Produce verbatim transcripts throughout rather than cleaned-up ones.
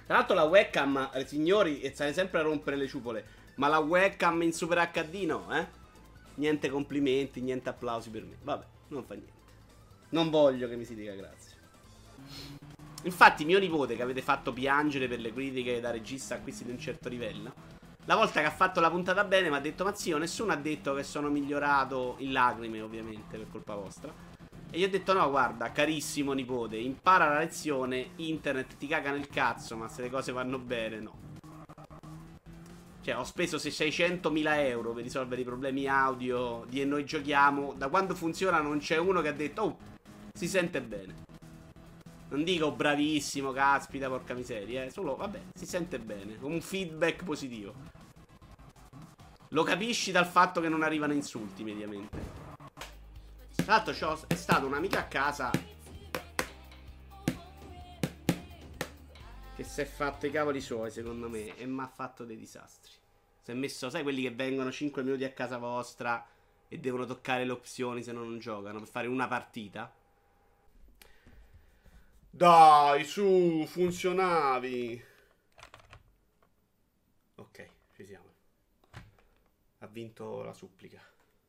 Tra l'altro la webcam, eh, signori, e state sempre a rompere le ciupole, ma la webcam in Super acca di no, eh? Niente complimenti, niente applausi per me. Vabbè, non fa niente. Non voglio che mi si dica grazie. Infatti mio nipote, che avete fatto piangere per le critiche da regista acquisti di un certo livello, la volta che ha fatto la puntata bene mi ha detto: ma zio, nessuno ha detto che sono migliorato, in lacrime ovviamente per colpa vostra. E gli ho detto: no, guarda, carissimo nipote, impara la lezione, internet ti caga nel cazzo, ma se le cose vanno bene, no. Cioè, ho speso seicentomila euro per risolvere i problemi audio di E Noi Giochiamo. Da quando funziona non c'è uno che ha detto: oh, si sente bene. Non dico bravissimo, caspita, porca miseria, eh. Solo, vabbè, si sente bene. Un feedback positivo. Lo capisci dal fatto che non arrivano insulti, mediamente. Tra l'altro, è stato un'amica a casa che si è fatto i cavoli suoi, secondo me, e mi ha fatto dei disastri. Si è messo, sai, quelli che vengono cinque minuti a casa vostra e devono toccare le opzioni se no non giocano, per fare una partita. Dai, su, funzionavi. Ok, ci siamo. Ha vinto la supplica.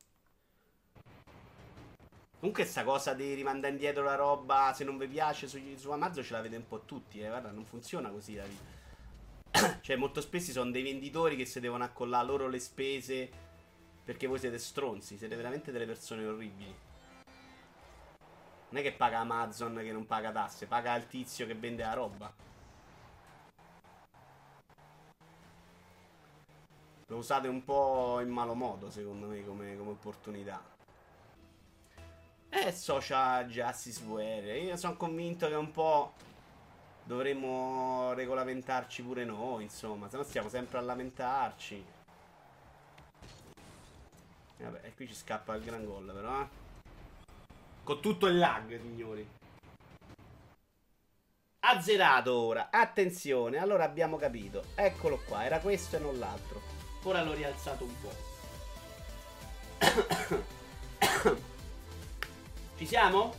Comunque sta cosa di rimandare indietro la roba, se non vi piace su, su Amazon, ce l'avete un po' tutti, eh. Guarda, non funziona così la vita. Cioè, molto spesso sono dei venditori che si devono accollare loro le spese perché voi siete stronzi, siete veramente delle persone orribili. Non è che paga Amazon che non paga tasse, paga il tizio che vende la roba. Lo usate un po' in malo modo, secondo me, come, come opportunità. Eh, social justice warrior. Io sono convinto che un po' dovremmo regolamentarci pure noi, insomma. Se no stiamo sempre a lamentarci. E vabbè, e qui ci scappa il gran gol, però, eh. Con tutto il lag, signori. Azzerato ora. Attenzione, allora abbiamo capito. Eccolo qua, era questo e non l'altro. Ora l'ho rialzato un po'. Ci siamo?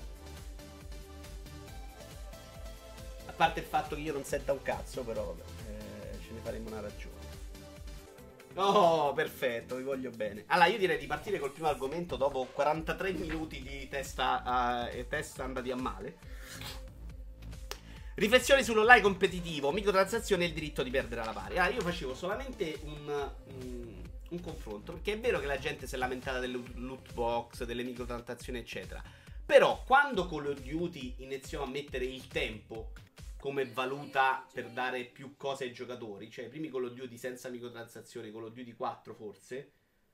A parte il fatto che io non senta un cazzo, però vabbè, eh, ce ne faremo una ragione. Oh, perfetto, vi voglio bene. Allora, io direi di partire col primo argomento dopo quarantatré minuti di testa uh, e testa andati a male. Riflessioni sull'online competitivo, microtransazioni e il diritto di perdere alla pari. Allora, io facevo solamente un, un, un confronto, perché è vero che la gente si è lamentata delle loot box, delle microtransazioni, eccetera. Però, quando Call of Duty iniziò a mettere il tempo come valuta per dare più cose ai giocatori, cioè i primi Call of Duty senza microtransazioni, Call of Duty quattro forse,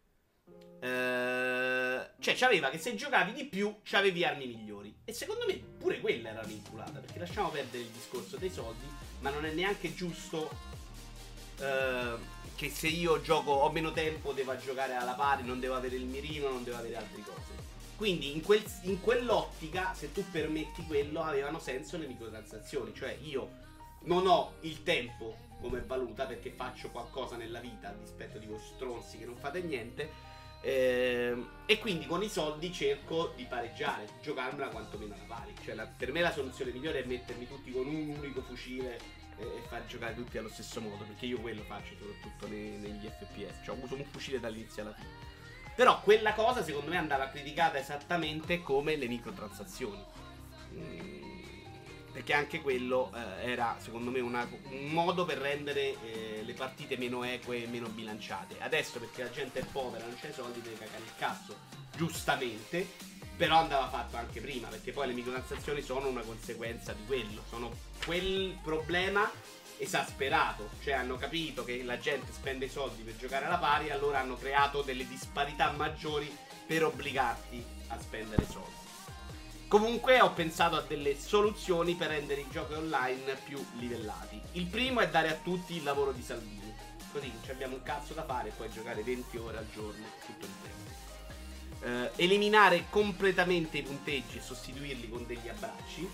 eh, cioè c'aveva che se giocavi di più c'avevi armi migliori. E secondo me pure quella era vinculata, perché lasciamo perdere il discorso dei soldi, ma non è neanche giusto eh, che se io gioco ho meno tempo devo giocare alla pari, non devo avere il mirino, non devo avere altre cose. Quindi in, quel, in quell'ottica, se tu permetti quello, avevano senso le microtransazioni. Cioè io non ho il tempo come valuta perché faccio qualcosa nella vita, a dispetto di voi stronzi che non fate niente, eh, e quindi con i soldi cerco di pareggiare, giocarmela quantomeno alla pari. Cioè la, per me la soluzione migliore è mettermi tutti con un unico fucile e, e far giocare tutti allo stesso modo, perché io quello faccio soprattutto nei, negli F P S. Cioè uso un fucile dall'inizio alla fine. Però quella cosa secondo me andava criticata esattamente come le microtransazioni, mm, perché anche quello eh, era secondo me una, un modo per rendere eh, le partite meno eque e meno bilanciate. Adesso perché la gente è povera, non c'è soldi, deve cagare il cazzo, giustamente. Però andava fatto anche prima, perché poi le microtransazioni sono una conseguenza di quello, sono quel problema esasperato. Cioè hanno capito che la gente spende i soldi per giocare alla pari, allora hanno creato delle disparità maggiori per obbligarti a spendere soldi. Comunque ho pensato a delle soluzioni per rendere i giochi online più livellati. Il primo è dare a tutti il lavoro di Salvini, così non ci abbiamo un cazzo da fare e puoi giocare venti ore al giorno tutto il tempo. eh, Eliminare completamente i punteggi e sostituirli con degli abbracci.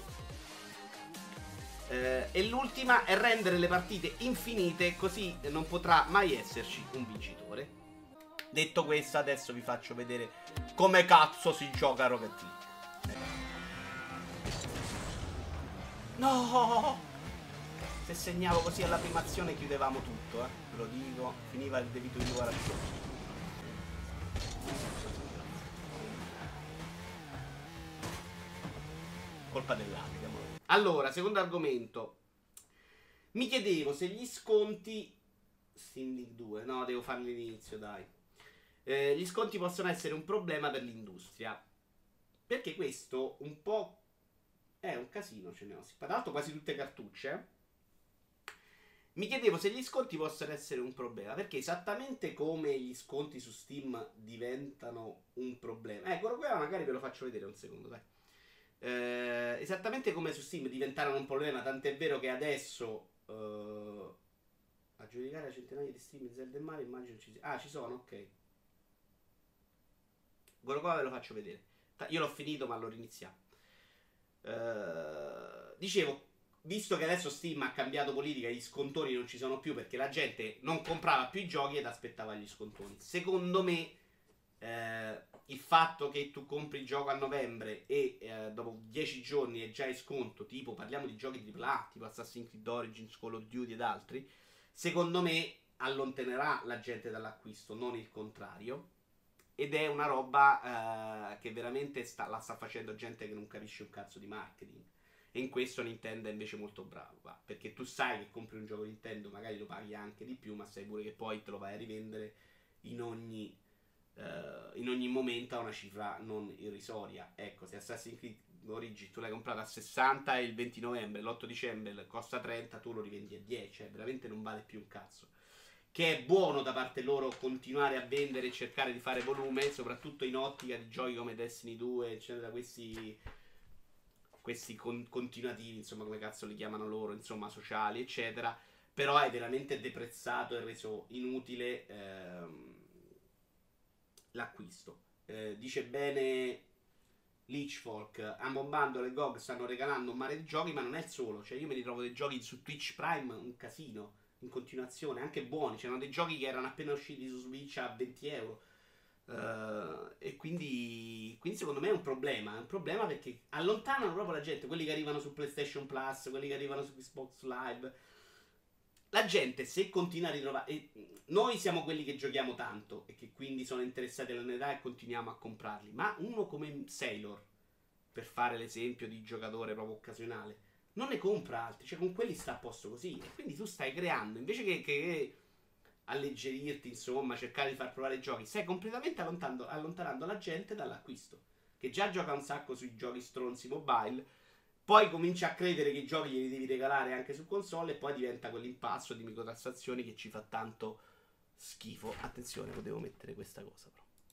Uh, e l'ultima è rendere le partite infinite, così non potrà mai esserci un vincitore. Detto questo, adesso vi faccio vedere come cazzo si gioca a Rocket League. No! Se segnavo così alla prima azione chiudevamo tutto, eh. Ve lo dico, finiva il debito di lavorazione. Colpa dell'altro. Allora, secondo argomento. Mi chiedevo se gli sconti Steam Link due, no, devo farli all'inizio, dai. Eh, gli sconti possono essere un problema per l'industria. Perché questo un po' è un casino, ce ne ho. Tra l'altro quasi tutte cartucce. Eh? Mi chiedevo se gli sconti possono essere un problema. Perché esattamente come gli sconti su Steam diventano un problema. Eccolo qua, magari ve lo faccio vedere un secondo, dai. Eh, esattamente come su Steam diventarono un problema, tant'è vero che adesso eh, a giudicare a centinaia di stream Zelda e Mario immagino ci sia. Ah, ci sono, ok. Quello qua ve lo faccio vedere. Io l'ho finito ma l'ho riniziato. eh, Dicevo, visto che adesso Steam ha cambiato politica, gli scontoni non ci sono più perché la gente non comprava più i giochi ed aspettava gli scontoni. Secondo me eh, il fatto che tu compri il gioco a novembre e eh, dopo dieci giorni è già in sconto, tipo parliamo di giochi tripla A, tipo Assassin's Creed Origins, Call of Duty ed altri, secondo me allontanerà la gente dall'acquisto, non il contrario. Ed è una roba eh, che veramente sta, la sta facendo gente che non capisce un cazzo di marketing. E in questo Nintendo è invece molto bravo, va? Perché tu sai che compri un gioco Nintendo, magari lo paghi anche di più, ma sai pure che poi te lo vai a rivendere in ogni Uh, in ogni momento a una cifra non irrisoria. Ecco, se Assassin's Creed Origins tu l'hai comprato a sessanta e il venti novembre, l'otto dicembre costa trenta, tu lo rivendi a dieci, eh, veramente non vale più un cazzo. Che è buono da parte loro continuare a vendere e cercare di fare volume, soprattutto in ottica di giochi come Destiny due, eccetera, questi questi con- continuativi, insomma, come cazzo li chiamano loro, insomma, sociali, eccetera. Però è veramente deprezzato e reso inutile ehm, l'acquisto. Eh, dice bene Leechfolk, Amon Bundle e G O G stanno regalando un mare di giochi, ma non è il solo. Cioè io mi ritrovo dei giochi su Twitch Prime, un casino, in continuazione, anche buoni. C'erano dei giochi che erano appena usciti su Switch a venti euro. Uh, e quindi, quindi secondo me è un problema. È un problema perché allontanano proprio la gente. Quelli che arrivano su PlayStation Plus, quelli che arrivano su Xbox Live. La gente, se continua a ritrovare. E noi siamo quelli che giochiamo tanto e che quindi sono interessati alla età e continuiamo a comprarli. Ma uno come Sailor, per fare l'esempio di giocatore proprio occasionale, non ne compra altri. Cioè, con quelli sta a posto così. E quindi tu stai creando, invece che, che alleggerirti, insomma, cercare di far provare i giochi, stai completamente allontanando, allontanando la gente dall'acquisto. Che già gioca un sacco sui giochi stronzi mobile. Poi comincia a credere che i giochi glieli devi regalare anche su console e poi diventa quell'impasto di microtransfazioni che ci fa tanto schifo. Attenzione, potevo mettere questa cosa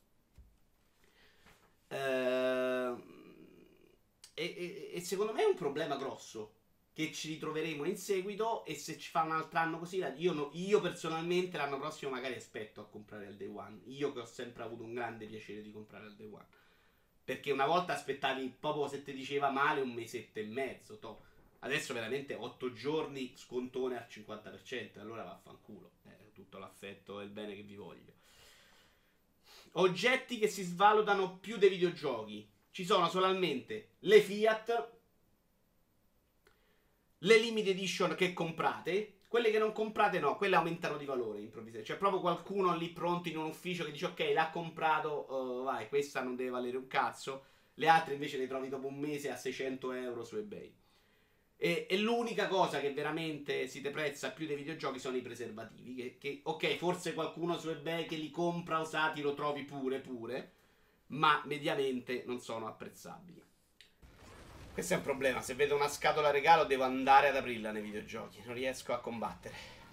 però. Ehm, e, e, e secondo me è un problema grosso che ci ritroveremo in seguito. E se ci fa un altro anno così, io, no, io personalmente l'anno prossimo magari aspetto a comprare al day one. Io che ho sempre avuto un grande piacere di comprare al day one. Perché una volta aspettavi proprio, se ti diceva male, un mesetto e mezzo. To. Adesso veramente otto giorni scontone al cinquanta per cento. Allora vaffanculo. Eh, tutto l'affetto e il bene che vi voglio. Oggetti che si svalutano più dei videogiochi. Ci sono solamente le Fiat, le limited edition che comprate. Quelle che non comprate no, quelle aumentano di valore improvvisamente. C'è proprio qualcuno lì pronto in un ufficio che dice ok, l'ha comprato, uh, vai, questa non deve valere un cazzo. Le altre invece le trovi dopo un mese a seicento euro su eBay. E, e l'unica cosa che veramente si deprezza più dei videogiochi sono i preservativi. Che, che ok, forse qualcuno su eBay che li compra usati lo trovi pure, pure. Ma mediamente non sono apprezzabili. Questo è un problema, se vedo una scatola regalo devo andare ad aprirla nei videogiochi, non riesco a combattere.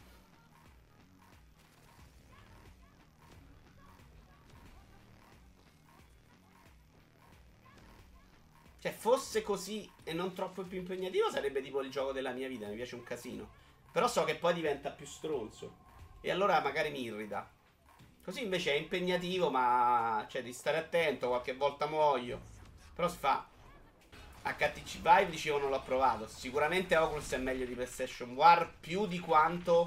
Cioè, fosse così e non troppo più impegnativo sarebbe tipo il gioco della mia vita, mi piace un casino. Però so che poi diventa più stronzo e allora magari mi irrita. Così invece è impegnativo, ma cioè di stare attento, qualche volta muoio. Però si fa. H T C Vive dicevo non l'ho provato. Sicuramente Oculus è meglio di PlayStation War, più di quanto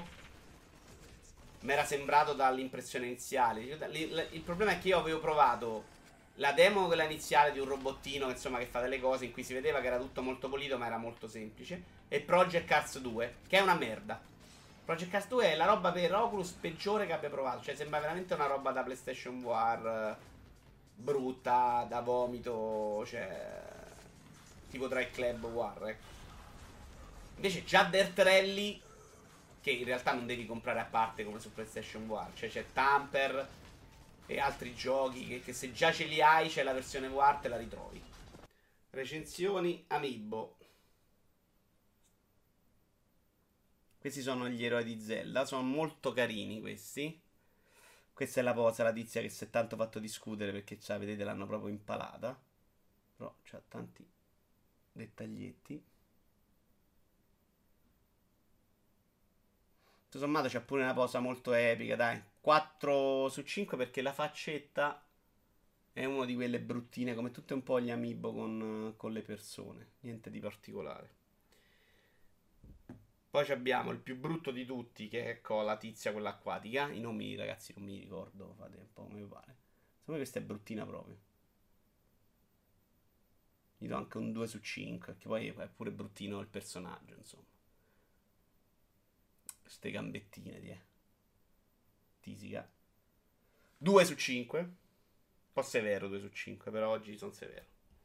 mi era sembrato dall'impressione iniziale. Il problema è che io avevo provato La demo, quella iniziale di un robottino che, insomma, che fa delle cose, in cui si vedeva che era tutto molto pulito ma era molto semplice. E Project Cars due, che è una merda. Project Cars due è la roba per Oculus peggiore che abbia provato. Cioè sembra veramente una roba da PlayStation V R, brutta, da vomito, cioè tipo Drive Club V R, ecco. Invece già Dirt Rally, che in realtà non devi comprare a parte come su PlayStation V R, cioè c'è Tamper e altri giochi che, che se già ce li hai, c'è la versione V R, te la ritrovi. Recensioni Amiibo. Questi sono gli eroi di Zelda, sono molto carini questi. Questa è la posa, la tizia che si è tanto fatto discutere perché, cioè, vedete, l'hanno proprio impalata. Però c'ha tanti dettaglietti. Tutto sommato c'è pure una posa molto epica, dai. quattro su cinque perché la faccetta è una di quelle bruttine, come tutte un po' gli amiibo con, con le persone. Niente di particolare. Poi abbiamo il più brutto di tutti, che è ecco, la tizia quella acquatica. I nomi, ragazzi, non mi ricordo, fate un po' come vi pare. Secondo me questa è bruttina proprio. Gli do anche un due su cinque, perché poi è pure bruttino il personaggio, insomma. Queste gambettine, di eh. Tisica. due su cinque. Un po' severo due su cinque, però oggi sono severo.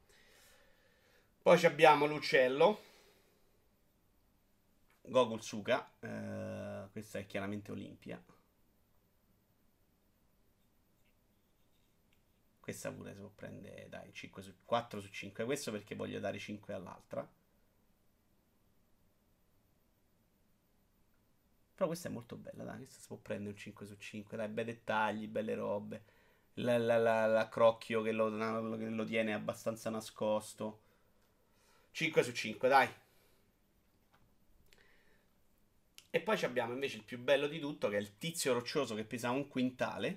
Poi abbiamo l'uccello. Gogol Suka. Eh, questa è chiaramente Olimpia. Questa pure si può prendere, dai, cinque su, quattro su cinque. Questo perché voglio dare cinque all'altra. Però questa è molto bella, dai. Questa si può prendere un cinque su cinque. Dai, bei dettagli, belle robe. La, la, la, l'accrocchio che lo, che lo tiene abbastanza nascosto. cinque su cinque, dai. E poi abbiamo invece il più bello di tutto, che è il tizio roccioso che pesa un quintale.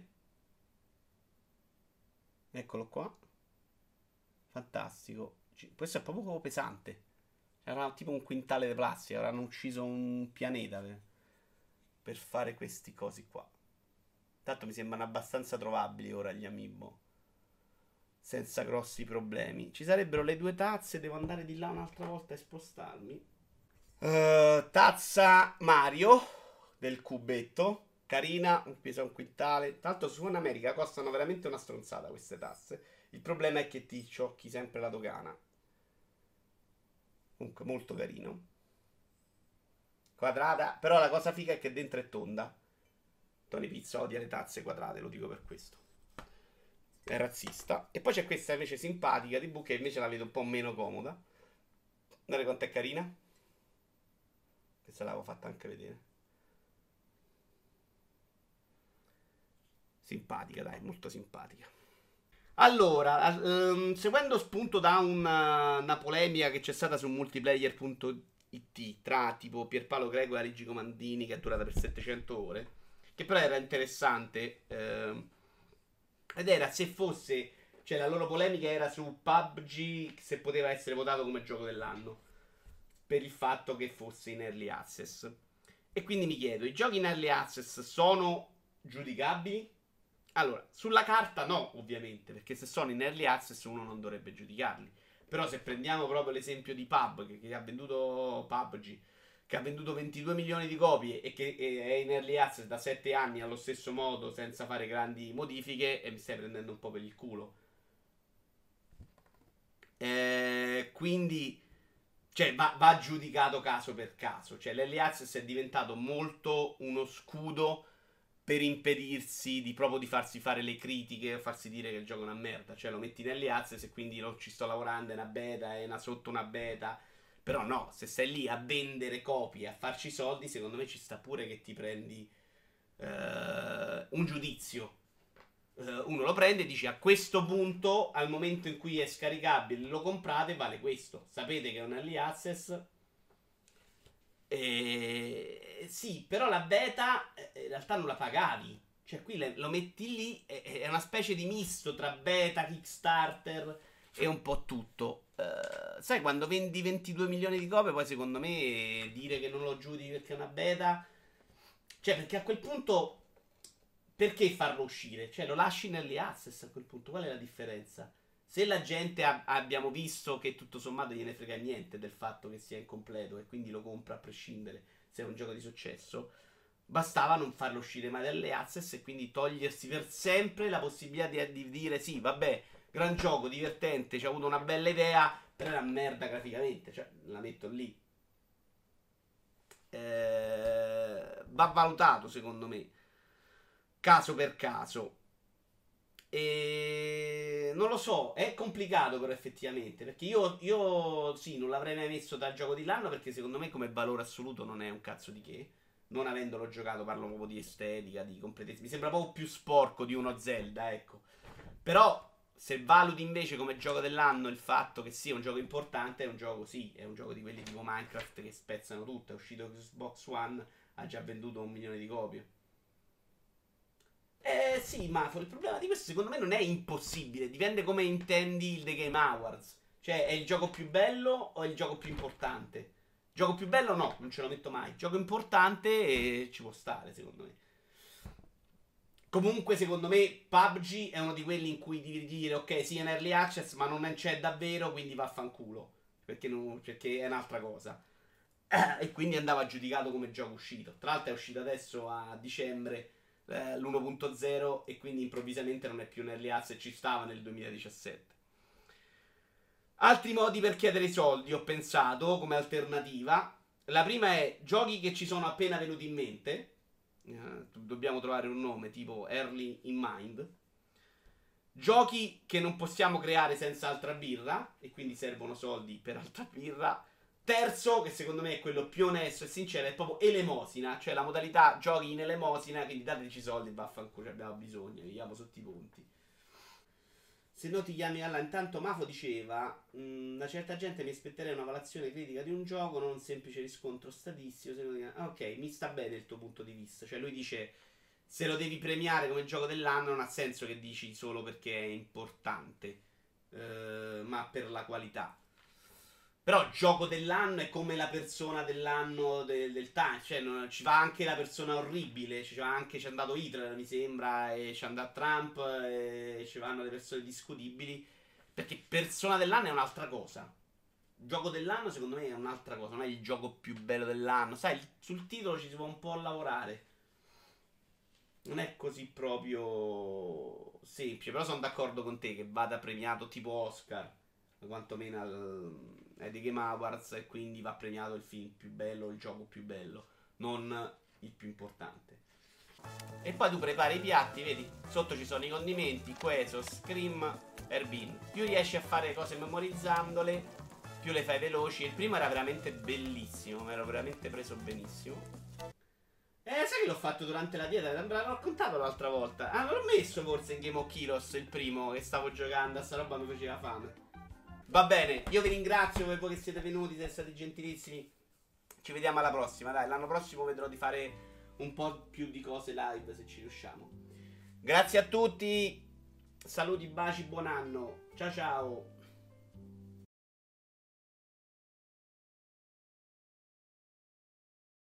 Eccolo qua. Fantastico. Questo è proprio pesante. Era tipo un quintale di plastica. Avranno ucciso un pianeta per, per fare questi cosi qua. Tanto mi sembrano abbastanza trovabili ora gli amiibo. Senza grossi problemi. Ci sarebbero le due tazze. Devo andare di là un'altra volta e spostarmi. Uh, tazza Mario del cubetto. Carina, un peso a un quintale. Tra l'altro su in America costano veramente una stronzata queste tasse. Il problema è che ti ciocchi sempre la dogana. Comunque molto carino. Quadrata. Però la cosa figa è che dentro è tonda. Tony Pizza odia le tazze quadrate, lo dico per questo. È razzista. E poi c'è questa invece simpatica di Bu che invece la vedo un po' meno comoda. Guardate quanto è carina. Questa l'avevo fatta anche vedere. Simpatica, dai, molto simpatica. Allora, um, seguendo spunto da una, una polemica che c'è stata su multiplayer punto it tra tipo Pierpaolo Greco e Aligi Comandini, che è durata per settecento ore, che però era interessante, ehm, ed era se fosse, cioè la loro polemica era su P U B G, se poteva essere votato come gioco dell'anno, per il fatto che fosse in early access. E quindi mi chiedo, i giochi in early access sono giudicabili? Allora, sulla carta no, ovviamente, perché se sono in early access uno non dovrebbe giudicarli. Però se prendiamo proprio l'esempio di P U B G, che ha venduto P U B G, che ha venduto ventidue milioni di copie e che è in early access da sette anni allo stesso modo, senza fare grandi modifiche, e mi stai prendendo un po' per il culo. Eh, quindi, cioè, va, va giudicato caso per caso. Cioè, l'early access è diventato molto uno scudo per impedirsi di proprio di farsi fare le critiche o farsi dire che il gioco è una merda. Cioè lo metti nelle access e quindi non ci sto lavorando, è una beta, è una sotto una beta. Però no, se stai lì a vendere copie, a farci soldi, secondo me ci sta pure che ti prendi uh, un giudizio. Uh, uno lo prende e dice a questo punto, al momento in cui è scaricabile, lo comprate, vale questo. Sapete che è un early access. E... sì, però la beta in realtà non la pagavi. Cioè qui le, lo metti lì, è, è una specie di misto tra beta, Kickstarter e un po' tutto. Uh, sai, quando vendi ventidue milioni di copie, poi secondo me dire che non lo giudichi perché è una beta... Cioè, perché a quel punto perché farlo uscire? Cioè, lo lasci in early access a quel punto. Qual è la differenza? Se la gente ha- abbiamo visto che tutto sommato gliene frega niente del fatto che sia incompleto e quindi lo compra a prescindere se è un gioco di successo, bastava non farlo uscire mai dalle access e quindi togliersi per sempre la possibilità di, di dire sì, vabbè, gran gioco, divertente, ci ha avuto una bella idea, però era merda graficamente, cioè la metto lì. Eh, va valutato secondo me, caso per caso. E non lo so, è complicato però effettivamente, perché io, io sì, non l'avrei mai messo da gioco dell'anno perché secondo me come valore assoluto non è un cazzo di che. Non avendolo giocato parlo proprio di estetica, di completezza. Mi sembra proprio più sporco di uno Zelda, ecco. Però se valuti invece come gioco dell'anno il fatto che sia un gioco importante, è un gioco sì, è un gioco di quelli tipo Minecraft che spezzano tutto. È uscito su Xbox One, ha già venduto un milione di copie. Eh sì, Mafo, il problema di questo secondo me non è impossibile, dipende come intendi il The Game Awards. Cioè, è il gioco più bello o è il gioco più importante? Gioco più bello no, non ce lo metto mai. Gioco importante e ci può stare, secondo me. Comunque, secondo me, P U B G è uno di quelli in cui devi dire, ok, sì, è in early access, ma non c'è davvero, quindi vaffanculo. Perché, non, perché è un'altra cosa. E quindi andava giudicato come gioco uscito. Tra l'altro è uscito adesso a dicembre eh, l'uno punto zero e quindi improvvisamente non è più un early access e ci stava nel duemiladiciassette. Altri modi per chiedere i soldi ho pensato come alternativa. La prima è giochi che ci sono appena venuti in mente. Eh, dobbiamo trovare un nome tipo Early in Mind. Giochi che non possiamo creare senza altra birra e quindi servono soldi per altra birra. Terzo, che secondo me è quello più onesto e sincero, è proprio elemosina, cioè la modalità giochi in elemosina, quindi dateci soldi, vaffanculo, abbiamo bisogno, viviamo sotto i ponti. Se no ti chiami alla. Intanto Mafo diceva: "Mm, da certa gente mi aspetterei una valazione critica di un gioco, non un semplice riscontro statistico. Se non... ah, ok, mi sta bene il tuo punto di vista. Cioè, lui dice: se lo devi premiare come gioco dell'anno, non ha senso che dici solo perché è importante, eh, ma per la qualità. Però gioco dell'anno è come la persona dell'anno del, del time. Cioè, non- ci va anche la persona orribile. Ci va anche, c'è andato Hitler, mi sembra, e c'è andato Trump, e ci vanno le persone discutibili. Perché persona dell'anno è un'altra cosa. Gioco dell'anno, secondo me, è un'altra cosa. Non è il gioco più bello dell'anno. Sai, sul titolo ci si può un po' lavorare. Non è così proprio semplice. Però sono d'accordo con te che vada premiato tipo Oscar, quantomeno al, ai The Game Awards, e quindi va premiato il film più bello, il gioco più bello, non il più importante. E poi tu prepari i piatti, vedi? Sotto ci sono i condimenti, queso, scream, erbin. Più riesci a fare cose memorizzandole, più le fai veloci. Il primo era veramente bellissimo, mi ero veramente preso benissimo. Eh, sai che l'ho fatto durante la dieta? Me l'hanno raccontato l'altra volta. Ah, l'ho messo forse in Game of Kilos il primo che stavo giocando. A sta roba mi faceva fame. Va bene, io vi ringrazio per voi che siete venuti, siete stati gentilissimi. Ci vediamo alla prossima, dai. L'anno prossimo vedrò di fare un po' più di cose live se ci riusciamo. Grazie a tutti. Saluti, baci, buon anno. Ciao ciao.